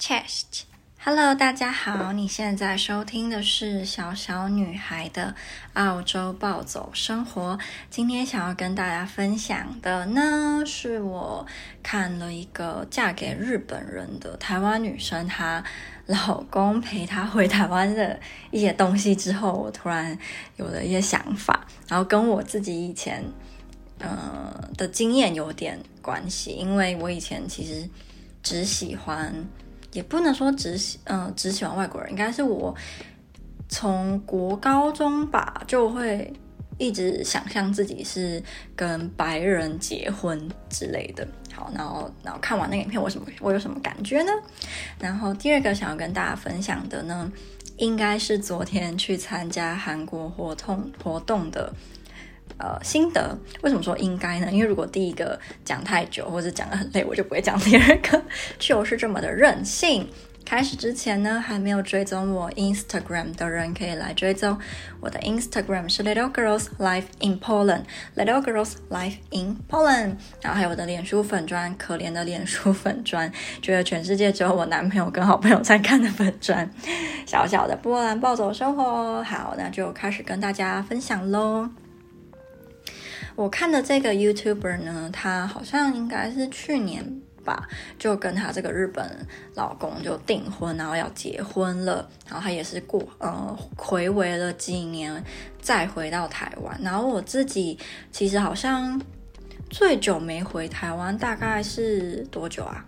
Hello， 大家好，你现在收听的是小小女孩的澳洲暴走生活。今天想要跟大家分享的呢，是我看了一个嫁给日本人的台湾女生，她老公陪她回台湾的一些东西之后，我突然有了一些想法，然后跟我自己以前的经验有点关系，因为我以前其实只喜欢，也不能说只喜欢外国人，应该是我从国高中吧就会一直想象自己是跟白人结婚之类的。好，然后看完那个影片，我有什么感觉呢？然后第二个想要跟大家分享的呢，应该是昨天去参加韩国活动的心得。为什么说应该呢？因为如果第一个讲太久或者讲得很累，我就不会讲第二个，就是这么的任性。开始之前呢，还没有追踪我 Instagram 的人可以来追踪我的 Instagram 是 Little Girls Life in Poland Little Girls Life in Poland， 然后还有我的脸书粉专，可怜的脸书粉专，觉得全世界只有我男朋友跟好朋友在看的粉专，小小的波兰暴走生活。好，那就开始跟大家分享咯。我看的这个 YouTuber 呢，他好像应该是去年吧，就跟他这个日本老公就订婚，然后要结婚了，然后他也是睽违了几年再回到台湾。然后我自己其实好像最久没回台湾大概是多久啊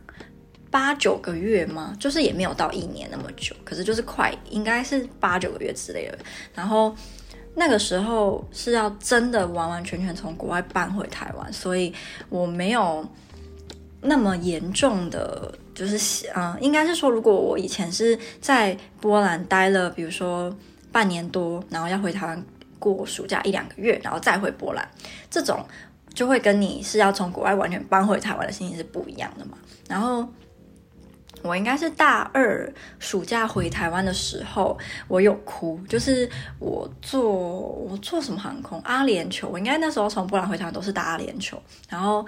？8-9个月吗？就是也没有到1年那么久，可是就是应该是8-9个月之类的。然后那个时候是要真的完完全全从国外搬回台湾，所以我没有那么严重的，就是应该是说，如果我以前是在波兰待了比如说半年多，然后要回台湾过暑假1-2个月，然后再回波兰，这种就会跟你是要从国外完全搬回台湾的心情是不一样的嘛。然后我应该是大2暑假回台湾的时候，我有哭，就是我坐什么航空？阿联酋。我应该那时候从波兰回台湾都是搭阿联酋，然后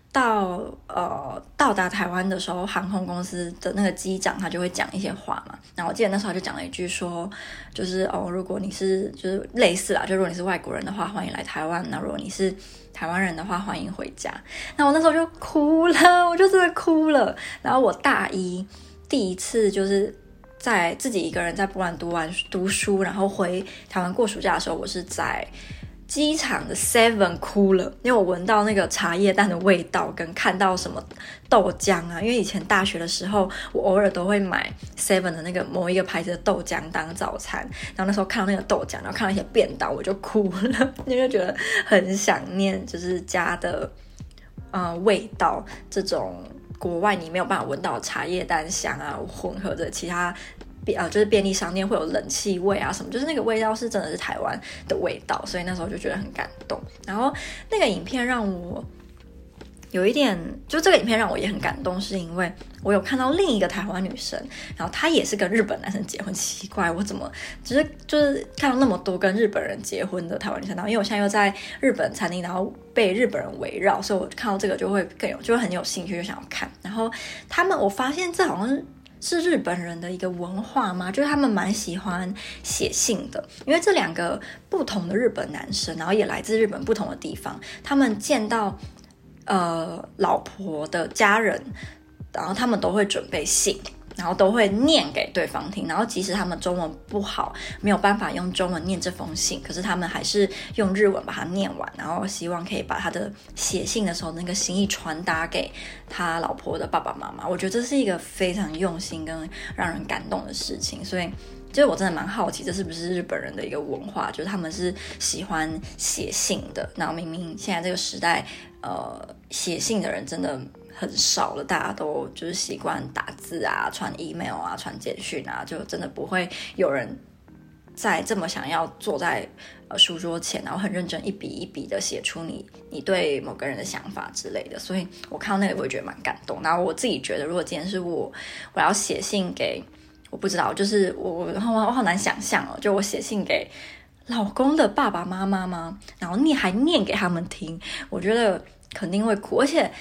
到达台湾的时候，航空公司的那个机长他就会讲一些话嘛。然后我记得那时候他就讲了一句说，就是如果你是就是类似啦，就如果你是外国人的话，欢迎来台湾；那如果你是台湾人的话，欢迎回家。那我那时候就哭了，我就真的哭了。然后我大1第一次就是在自己一个人在波兰读书，然后回台湾过暑假的时候，我是在机场的 Seven 哭了，因为我闻到那个茶叶蛋的味道，跟看到什么豆浆啊。因为以前大学的时候，我偶尔都会买 Seven 的那个某一个牌子的豆浆当早餐，然后那时候看到那个豆浆，然后看到一些便当，我就哭了，因为就觉得很想念，就是家的味道，这种国外你没有办法闻到的茶叶蛋香啊，混合着其他就是便利商店会有冷气味啊什么，就是那个味道是真的是台湾的味道，所以那时候就觉得很感动。然后那个影片让我有一点，就这个影片让我也很感动，是因为我有看到另一个台湾女生，然后她也是跟日本男生结婚。奇怪，我怎么就是看到那么多跟日本人结婚的台湾女生，然后因为我现在又在日本餐厅，然后被日本人围绕，所以我看到这个就会很有兴趣，就想要看。然后我发现这好像是日本人的一个文化嘛，就是他们蛮喜欢写信的。因为这2个不同的日本男生，然后也来自日本不同的地方，他们见到老婆的家人，然后他们都会准备信，然后都会念给对方听，然后即使他们中文不好，没有办法用中文念这封信，可是他们还是用日文把它念完，然后希望可以把他的写信的时候那个心意传达给他老婆的爸爸妈妈。我觉得这是一个非常用心跟让人感动的事情，所以就是我真的蛮好奇这是不是日本人的一个文化，就是他们是喜欢写信的。然后明明现在这个时代写信的人真的很少了，大家都就是习惯打字啊，传 email 啊，传简讯啊，就真的不会有人在这么想要坐在书桌前，然后很认真一笔一笔的写出你对某个人的想法之类的。所以我看到那个我也觉得蛮感动。然后我自己觉得如果今天是我要写信给，我不知道，就是我好难想象哦，就我写信给老公的爸爸妈妈吗？然后你还念给他们听，我觉得肯定会哭，而且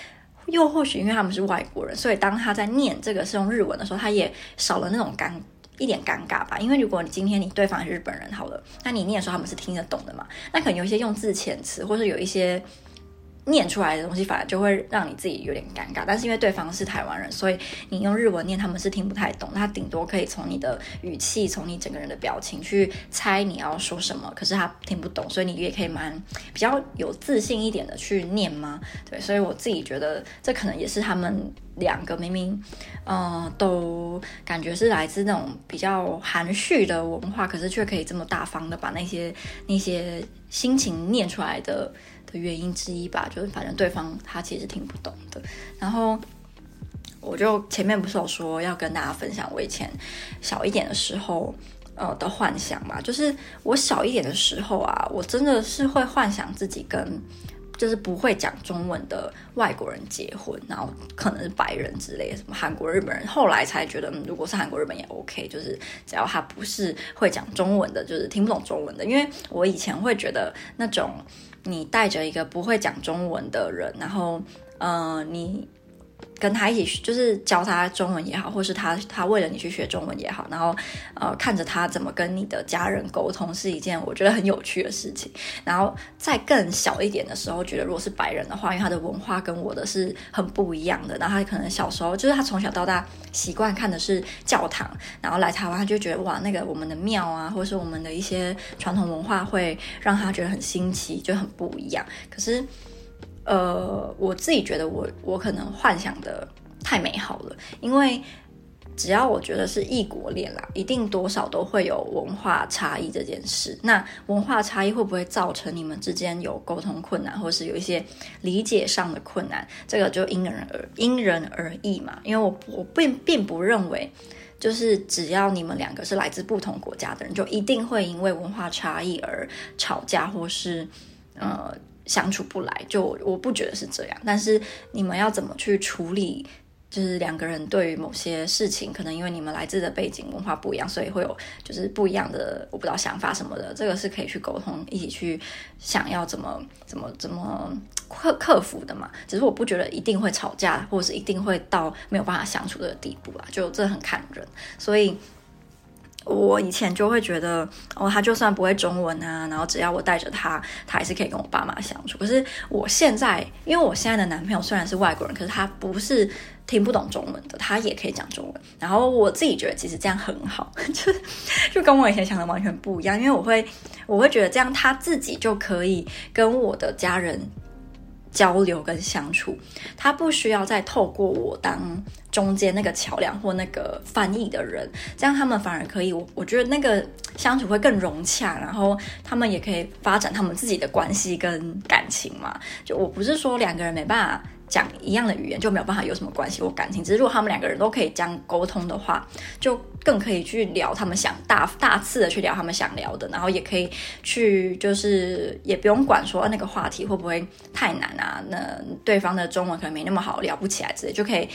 又或许因为他们是外国人，所以当他在念这个是用日文的时候，他也少了那种一点尴尬吧。因为如果今天你对方是日本人好了，那你念的时候他们是听得懂的嘛，那可能有一些用字遣词或是有一些念出来的东西反而就会让你自己有点尴尬，但是因为对方是台湾人，所以你用日文念他们是听不太懂，他顶多可以从你的语气从你整个人的表情去猜你要说什么，可是他听不懂，所以你也可以比较有自信一点的去念吗？对，所以我自己觉得这可能也是他们两个明明都感觉是来自那种比较含蓄的文化，可是却可以这么大方的把那些心情念出来的原因之一吧。就是反正对方他其实听不懂的。然后我就前面不是有说要跟大家分享我以前小一点的时候的幻想嘛，就是我小一点的时候啊，我真的是会幻想自己跟就是不会讲中文的外国人结婚，然后可能是白人之类的，什么韩国日本人，后来才觉得如果是韩国日本也 OK， 就是只要他不是会讲中文的，就是听不懂中文的。因为我以前会觉得那种你带着一个不会讲中文的人，然后你跟他一起就是教他中文也好，或是他为了你去学中文也好，然后看着他怎么跟你的家人沟通，是一件我觉得很有趣的事情。然后在更小一点的时候，觉得如果是白人的话，因为他的文化跟我的是很不一样的，然后他可能小时候就是他从小到大习惯看的是教堂，然后来台湾他就觉得哇，那个我们的庙啊，或是我们的一些传统文化会让他觉得很新奇，就很不一样。可是我自己觉得我可能幻想的太美好了，因为只要我觉得是异国恋啦，一定多少都会有文化差异这件事。那文化差异会不会造成你们之间有沟通困难，或是有一些理解上的困难，这个就因人而异嘛。因为我并不认为就是只要你们两个是来自不同国家的人，就一定会因为文化差异而吵架，或是相处不来，就我不觉得是这样。但是你们要怎么去处理，就是两个人对于某些事情，可能因为你们来自的背景文化不一样，所以会有就是不一样的我不知道想法什么的，这个是可以去沟通，一起去想要怎么克服的嘛。只是我不觉得一定会吵架，或者是一定会到没有办法相处的地步啦，就这很看人。所以我以前就会觉得他就算不会中文啊，然后只要我带着他还是可以跟我爸妈相处。可是我现在，因为我现在的男朋友虽然是外国人，可是他不是听不懂中文的，他也可以讲中文。然后我自己觉得其实这样很好，就跟我以前想的完全不一样。因为我会觉得这样他自己就可以跟我的家人交流跟相处，他不需要再透过我当中间那个桥梁或那个翻译的人，这样他们反而可以，我觉得那个相处会更融洽，然后他们也可以发展他们自己的关系跟感情嘛。就我不是说两个人没办法讲一样的语言就没有办法有什么关系或感情，只是如果他们两个人都可以这样沟通的话，就更可以去聊他们想大次的去聊他们想聊的，然后也可以去就是也不用管说那个话题会不会太难啊，那对方的中文可能没那么好，聊不起来之类，就可以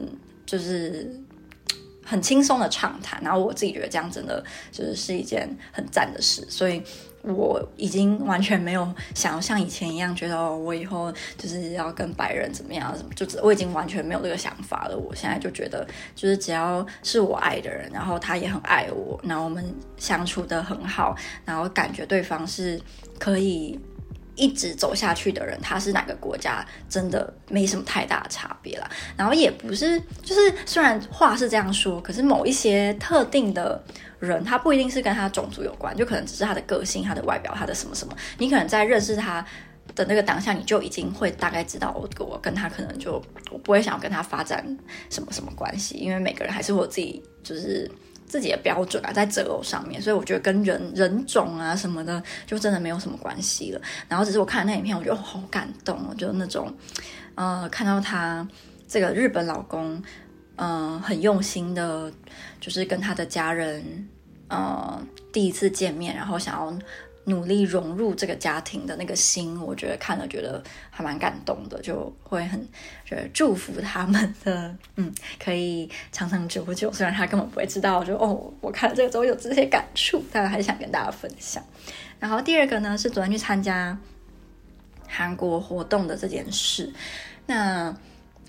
很轻松的畅谈。然后我自己觉得这样真的是一件很赞的事，所以我已经完全没有想要像以前一样觉得我以后就是要跟白人怎么样，我已经完全没有这个想法了。我现在就觉得就是只要是我爱的人，然后他也很爱我，然后我们相处得很好，然后感觉对方是可以一直走下去的人，他是哪个国家真的没什么太大的差别啦。然后也不是就是虽然话是这样说，可是某一些特定的人他不一定是跟他种族有关，就可能只是他的个性，他的外表，他的什么什么，你可能在认识他的那个当下，你就已经会大概知道我跟他可能就我不会想要跟他发展什么什么关系，因为每个人还是我自己就是自己的标准啊，在择偶上面，所以我觉得跟人种啊什么的就真的没有什么关系了。然后只是我看那影片，我觉得好感动哦，就那种看到他这个日本老公很用心的，就是跟他的家人第一次见面，然后想要努力融入这个家庭的那个心，我觉得看了觉得还蛮感动的，就会很觉得祝福他们的可以长长久久。虽然他根本不会知道，就我看了这个之后有这些感触，但还是想跟大家分享。然后第二个呢是昨天去参加韩国活动的这件事。那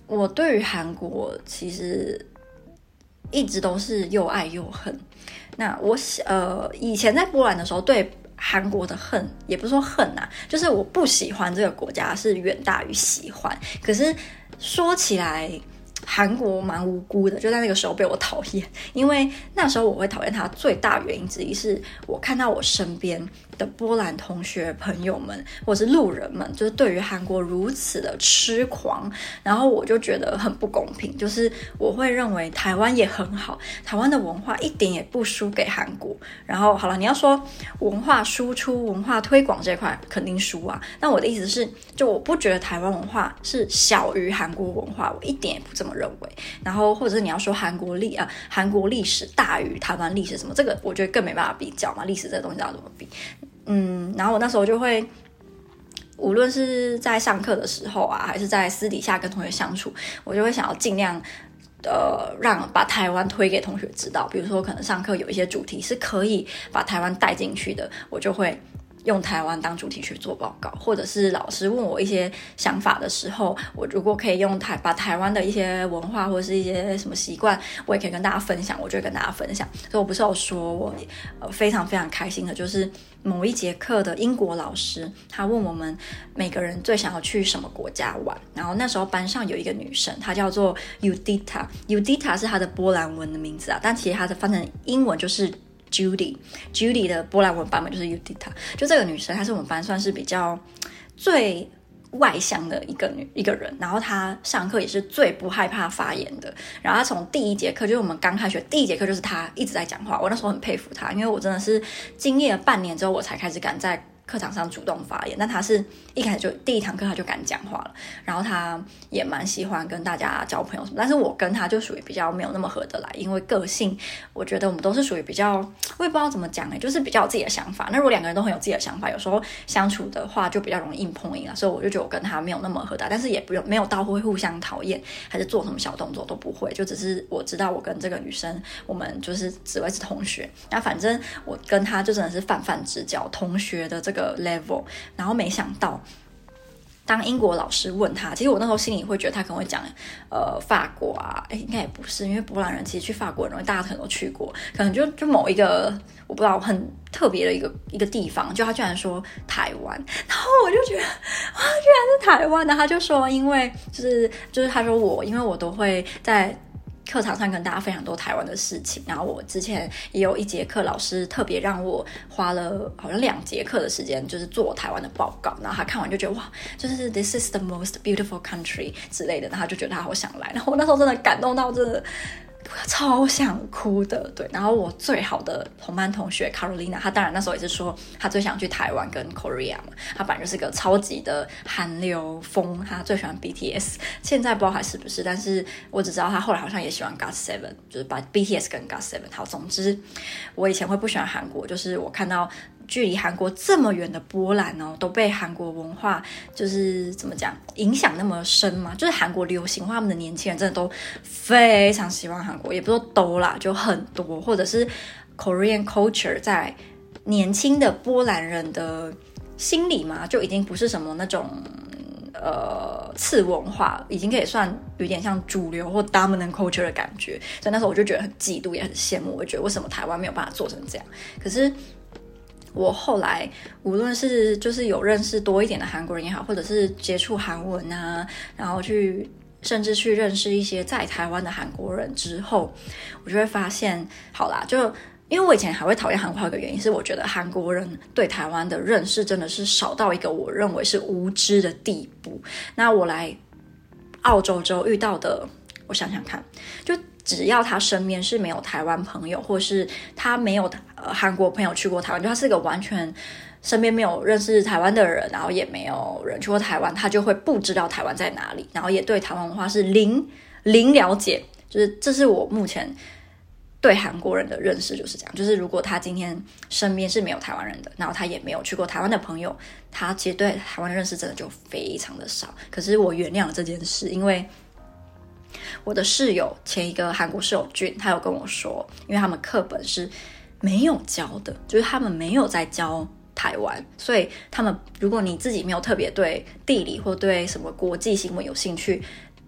我对于韩国其实一直都是又爱又恨。那我以前在波兰的时候，对韩国的恨也不是说恨啊，就是我不喜欢这个国家是远大于喜欢。可是说起来，韩国蛮无辜的，就在那个时候被我讨厌。因为那时候我会讨厌他最大原因之一是我看到我身边的波兰同学朋友们或者是路人们，就是对于韩国如此的痴狂，然后我就觉得很不公平。就是我会认为台湾也很好，台湾的文化一点也不输给韩国。然后好了，你要说文化输出、文化推广这块肯定输啊。但我的意思是，就我不觉得台湾文化是小于韩国文化，我一点也不这么认为。然后或者是你要说韩国历史大于台湾历史什么，这个我觉得更没办法比较嘛，历史这个东西要怎么比？然后我那时候就会，无论是在上课的时候啊，还是在私底下跟同学相处，我就会想要尽量把台湾推给同学知道。比如说可能上课有一些主题是可以把台湾带进去的，我就会用台湾当主题去做报告。或者是老师问我一些想法的时候，我如果可以用把台湾的一些文化或者是一些什么习惯，我也可以跟大家分享，我就会跟大家分享。所以我不是有说我非常非常开心的，就是某一节课的英国老师，他问我们每个人最想要去什么国家玩。然后那时候班上有一个女生，她叫做 Judita 是她的波兰文的名字啊，但其实她的翻成英文就是Judy 的波兰文版本就是 Judita。 就这个女生，她是我们班算是比较最外向的一个人，然后她上课也是最不害怕发言的。然后她从第一节课，就是我们刚开学第一节课，就是她一直在讲话。我那时候很佩服她，因为我真的是经历了半年之后，我才开始敢在课堂上主动发言。但他是一开始就第一堂课他就敢讲话了，然后他也蛮喜欢跟大家交朋友什么。但是我跟他就属于比较没有那么合得来，因为个性我觉得我们都是属于比较，我也不知道怎么讲就是比较有自己的想法。那如果两个人都很有自己的想法，有时候相处的话就比较容易硬碰硬啊。所以我就觉得我跟他没有那么合得来，但是也没有到会互相讨厌，还是做什么小动作都不会。就只是我知道我跟这个女生，我们就是只会是同学。那反正我跟他就真的是泛泛之交，同学的这个 level。然后没想到当英国老师问他，其实我那时候心里会觉得他可能会讲法国啊，应该也不是，因为波兰人其实去法国很容易，大家可能都去过，可能就某一个我不知道很特别的一个地方，就他居然说台湾。然后我就觉得啊，居然是台湾。然后他就说因为就是他说因为我都会在课堂上跟大家分享多台湾的事情。然后我之前也有一节课，老师特别让我花了好像2节课的时间，就是做台湾的报告。然后他看完就觉得哇，就是 This is the most beautiful country 之类的，然后他就觉得他好想来。然后我那时候真的感动到真的超想哭的。对，然后我最好的同班同学 Carolina， 她当然那时候也是说她最想去台湾跟 Korea 嘛。她本来就是个超级的韩流风，她最喜欢 BTS， 现在不知道还是不是，但是我只知道她后来好像也喜欢 GOT7， 就是把 BTS 跟 GOT7。 好，总之我以前会不喜欢韩国，就是我看到距离韩国这么远的波兰都被韩国文化就是怎么讲影响那么深嘛。就是韩国流行化，他们的年轻人真的都非常喜欢韩国，也不说都啦，就很多。或者是 Korean culture 在年轻的波兰人的心里嘛，就已经不是什么那种次文化，已经可以算有点像主流或 dominant culture 的感觉。所以那时候我就觉得很嫉妒也很羡慕，我觉得为什么台湾没有办法做成这样。可是我后来无论是就是有认识多一点的韩国人也好，或者是接触韩文啊，然后甚至去认识一些在台湾的韩国人之后，我就会发现，好啦，就因为我以前还会讨厌韩国，还有一个原因是我觉得韩国人对台湾的认识真的是少到一个我认为是无知的地步。那我来澳洲之后遇到的，我想想看，就只要他身边是没有台湾朋友，或是他没有韩国朋友去过台湾，就他是个完全身边没有认识台湾的人，然后也没有人去过台湾，他就会不知道台湾在哪里，然后也对台湾文化是零了解。就是这是我目前对韩国人的认识就是这样。就是如果他今天身边是没有台湾人的，然后他也没有去过台湾的朋友，他其实对台湾的认识真的就非常的少。可是我原谅了这件事，因为我的室友前一个韩国室友俊，他有跟我说，因为他们课本是没有教的，就是他们没有在教台湾，所以他们如果你自己没有特别对地理或对什么国际新闻有兴趣，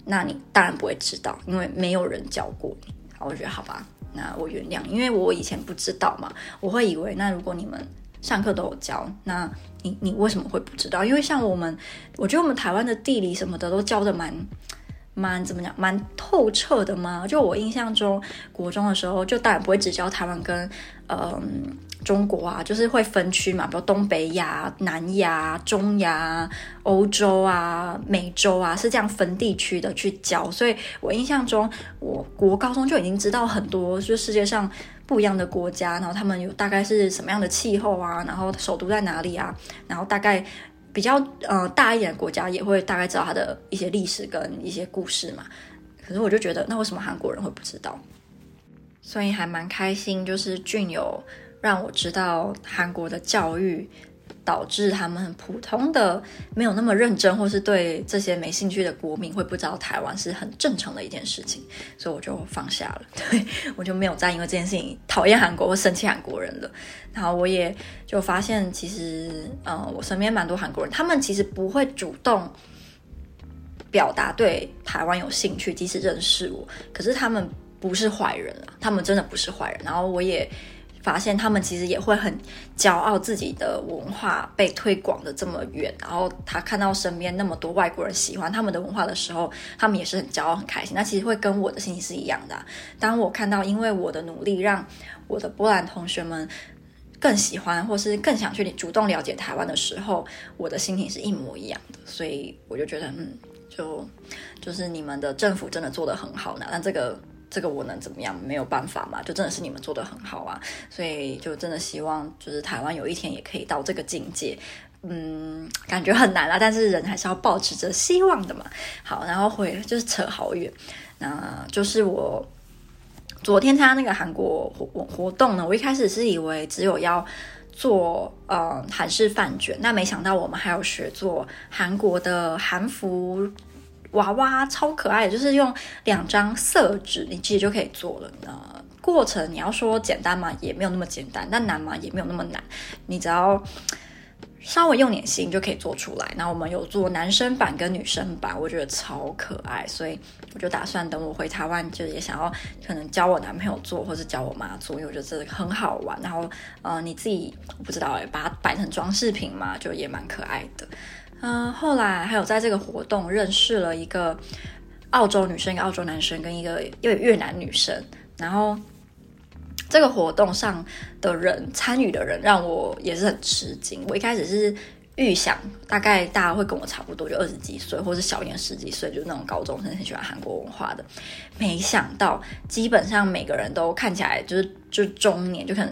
那你当然不会知道，因为没有人教过你。好，我觉得好吧，那我原谅，因为我以前不知道嘛，我会以为那如果你们上课都有教，那你为什么会不知道？因为像我觉得我们台湾的地理什么的都教的怎么讲，蛮透彻的嘛。就我印象中，国中的时候，就当然不会只教台湾跟中国啊，就是会分区嘛，比如东北亚、南亚、中亚、欧洲啊、美洲啊，是这样分地区的去教。所以我印象中，我国高中就已经知道很多，就世界上不一样的国家，然后他们有大概是什么样的气候啊，然后首都在哪里啊，然后大概比较大一点的国家也会大概知道它的一些历史跟一些故事嘛。可是我就觉得，那为什么韩国人会不知道？所以还蛮开心，就是俊有让我知道韩国的教育导致他们很普通的没有那么认真，或是对这些没兴趣的国民会不知道台湾是很正常的一件事情，所以我就放下了。对，我就没有再因为这件事情讨厌韩国或生气韩国人了。然后我也就发现，其实我身边蛮多韩国人，他们其实不会主动表达对台湾有兴趣，即使认识我，可是他们不是坏人啊，他们真的不是坏人。然后我也发现他们其实也会很骄傲自己的文化被推广的这么远，然后他看到身边那么多外国人喜欢他们的文化的时候，他们也是很骄傲很开心。那其实会跟我的心情是一样的当我看到因为我的努力让我的波兰同学们更喜欢或是更想去主动了解台湾的时候，我的心情是一模一样的。所以我就觉得就是你们的政府真的做得很好呢。那这个我能怎么样？没有办法嘛，就真的是你们做得很好啊。所以就真的希望就是台湾有一天也可以到这个境界。感觉很难啦，但是人还是要抱持着希望的嘛。好，然后就是扯好远，那就是我昨天参加那个韩国活动呢，我一开始是以为只有要做韩式饭卷，那没想到我们还有学做韩国的韩服娃娃，超可爱的，就是用2张色纸你其实就可以做了。过程你要说简单嘛，也没有那么简单，但难嘛，也没有那么难，你只要稍微用点心就可以做出来。然后我们有做男生版跟女生版，我觉得超可爱，所以我就打算等我回台湾，就也想要可能教我男朋友做，或是教我妈做，因为我觉得这很好玩。然后你自己我不知道把它摆成装饰品嘛，就也蛮可爱的。后来还有在这个活动认识了一个澳洲女生、一个澳洲男生跟一个越南女生，然后这个活动上的人参与的人让我也是很吃惊。我一开始是预想大概大家会跟我差不多，就20几岁或是小年10几岁，就是那种高中生很喜欢韩国文化的，没想到基本上每个人都看起来就是中年，就可能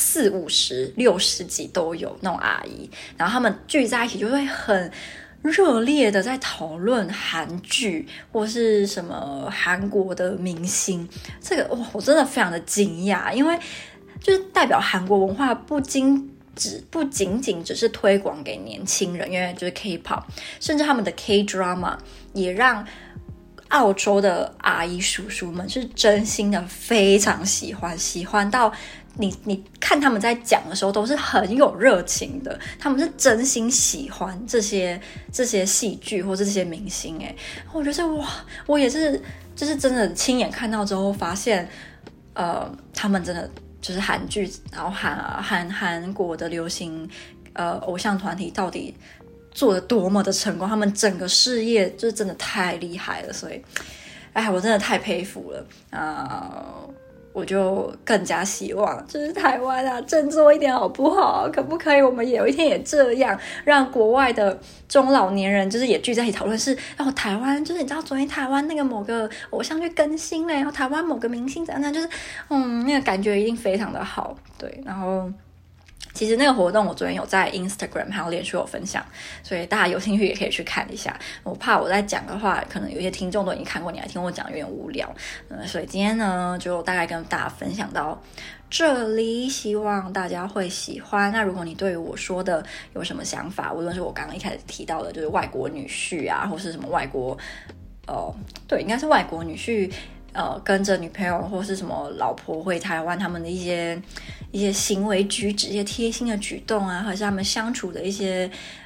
40、50、60几都有那种阿姨，然后他们聚在一起就会很热烈的在讨论韩剧或是什么韩国的明星。这个我真的非常的惊讶，因为就是代表韩国文化不仅仅只是推广给年轻人，因为就是 K-pop， 甚至他们的 K-drama 也让澳洲的阿姨叔叔们是真心的非常喜欢到你看他们在讲的时候都是很有热情的，他们是真心喜欢这些戏剧或是这些明星我觉得哇，我也是就是真的亲眼看到之后发现他们真的就是韩剧，然后韩国的流行偶像团体到底做得多么的成功，他们整个事业就是真的太厉害了。所以我真的太佩服了我就更加希望就是台湾振作一点好不好？可不可以我们有一天也这样，让国外的中老年人就是也聚在一起讨论，是台湾就是你知道昨天台湾那个某个偶像去更新了，然后台湾某个明星怎样，就是那个感觉一定非常的好。对，然后其实那个活动我昨天有在 Instagram 还有脸书有分享，所以大家有兴趣也可以去看一下。我怕我在讲的话可能有些听众都已经看过，你来听我讲有点无聊所以今天呢就大概跟大家分享到这里，希望大家会喜欢。那如果你对于我说的有什么想法，无论是我刚刚一开始提到的就是外国女婿或是什么外国对，应该是外国女婿跟着女朋友或是什么老婆回台湾，他们的一些行为举止，一些贴心的举动还是他们相处的一些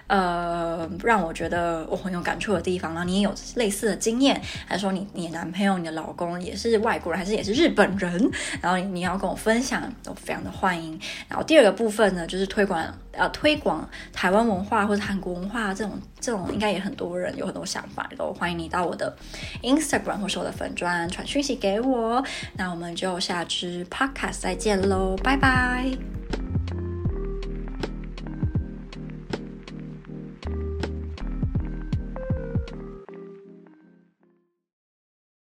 让我觉得我很有感触的地方，然后你也有类似的经验，还是说你的男朋友、你的老公也是外国人，还是也是日本人，然后你要跟我分享，都非常的欢迎。然后第二个部分呢，就是推广台湾文化或者韩国文化这种应该也很多人有很多想法，都欢迎你到我的 Instagram 或是我的粉专传讯息给我。那我们就下支 Podcast 再见咯，拜拜。